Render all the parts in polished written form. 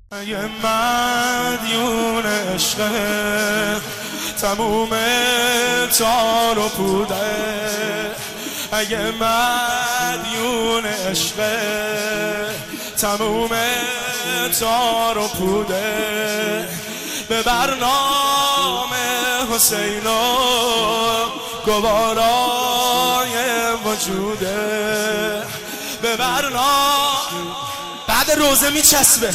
اگه مدیون عشق تموم تار و پوده، اگه مدیون عشق تموم تار و پوده، به برنامه حسین و گوارای وجوده، به برنامه بعد روزه میچسبه.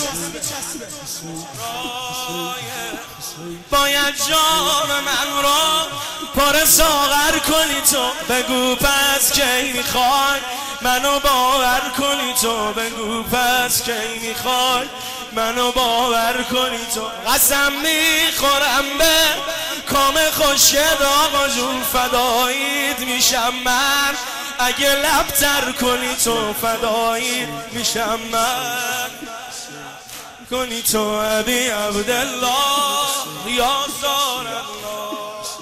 باید جام من رو پر ساغر کنی تو، بگو پس کی میخوای منو باور کنی تو، بگو پس کی میخوای منو باور کنی تو. قسم میخورم به کام خوشگل آقا جون، فداییت میشم من اگه لب تر کنی تو، فداییت میشم من کنی تو. ابی عبدالله یا زار الله.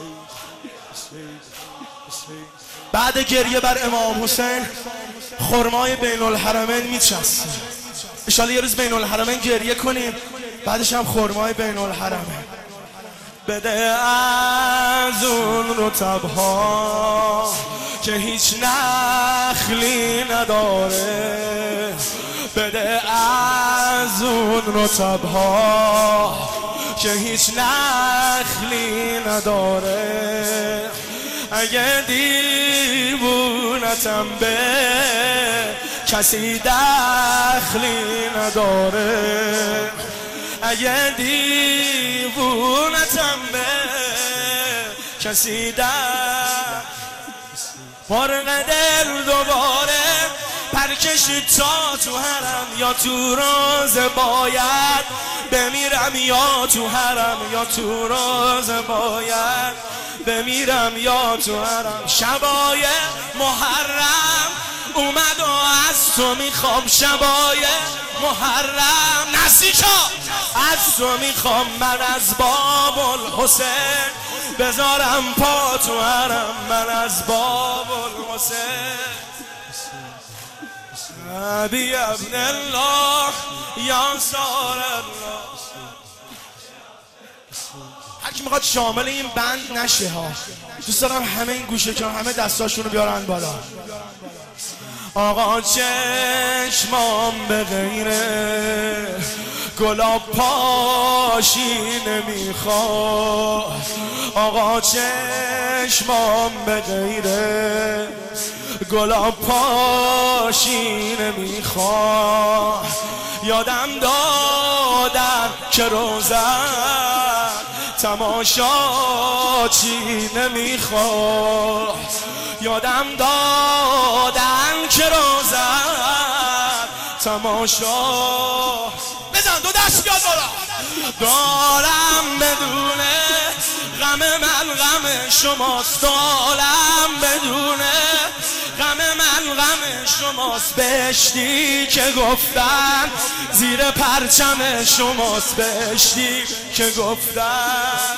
بعد گریه بر امام حسین خرمای بین الحرمین میچسبه. انشالله یه روز بین الحرمین گریه کنیم، بعدش هم خرمای بین الحرمین. بده از اون رطب‌ها که هیچ نخلی نداره، بده از اون رطب‌ها که هیچ نخلی نداره. اگه دیوونتم به کسی دخلی نداره، اگه دیوونتم به کسی فرق دل دوباره پرکشی تا تو حرم، یا تو روز باید بمیرم، یا تو حرم، یا تو روز باید بمیرم، یا تو حرم. شبای محرم اومد و از تو میخوام، شبای محرم نزدیکا از تو میخوام، من از باب الحسین بذارم پا تو حرم، من از باب الحسین. ابی عبدالله یا زار الله. هر کی میخواد شامل این بند نشه ها، دوست دارم همه این گوشه که همه دستاشونو بیارن بالا. آقا چشمام به غیره گلاب پاشی نمیخواد، آقا چشمام به غیره گلاب پاشی نمیخواد. یادم دادن که روزن تماشا چی نمیخواد، یادم دادن که روزن تماشا. بزن دو دست بیاد بالا. دارم بدونه غم من غم شماست، دارم بدونه غم من غم شماست. بهشتی که گفتن زیر پرچم شماست، بهشتی که گفتن.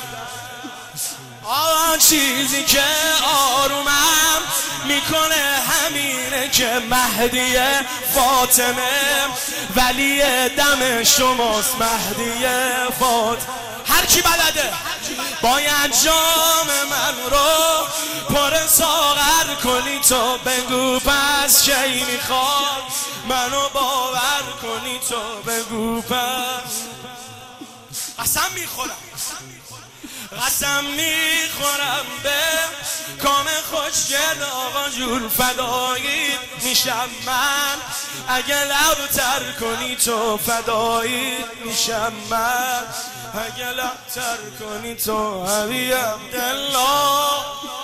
چیزی که آرومم میکنه همینه که مهدی فاطمه ولی دم شماست، مهدی فاطمه. هر کی بلده باید جام من رو پر ساغر کنی تو، بگو پس کی میخواد منو باور کنی تو، بگو پس. قسم میخورم، قسم میخورم به کام خوشگل آقا جون، فداییت میشم من اگه لب تر کنی تو، فداییت میشم من اگه لب تر کنی تو. ابی عبدالله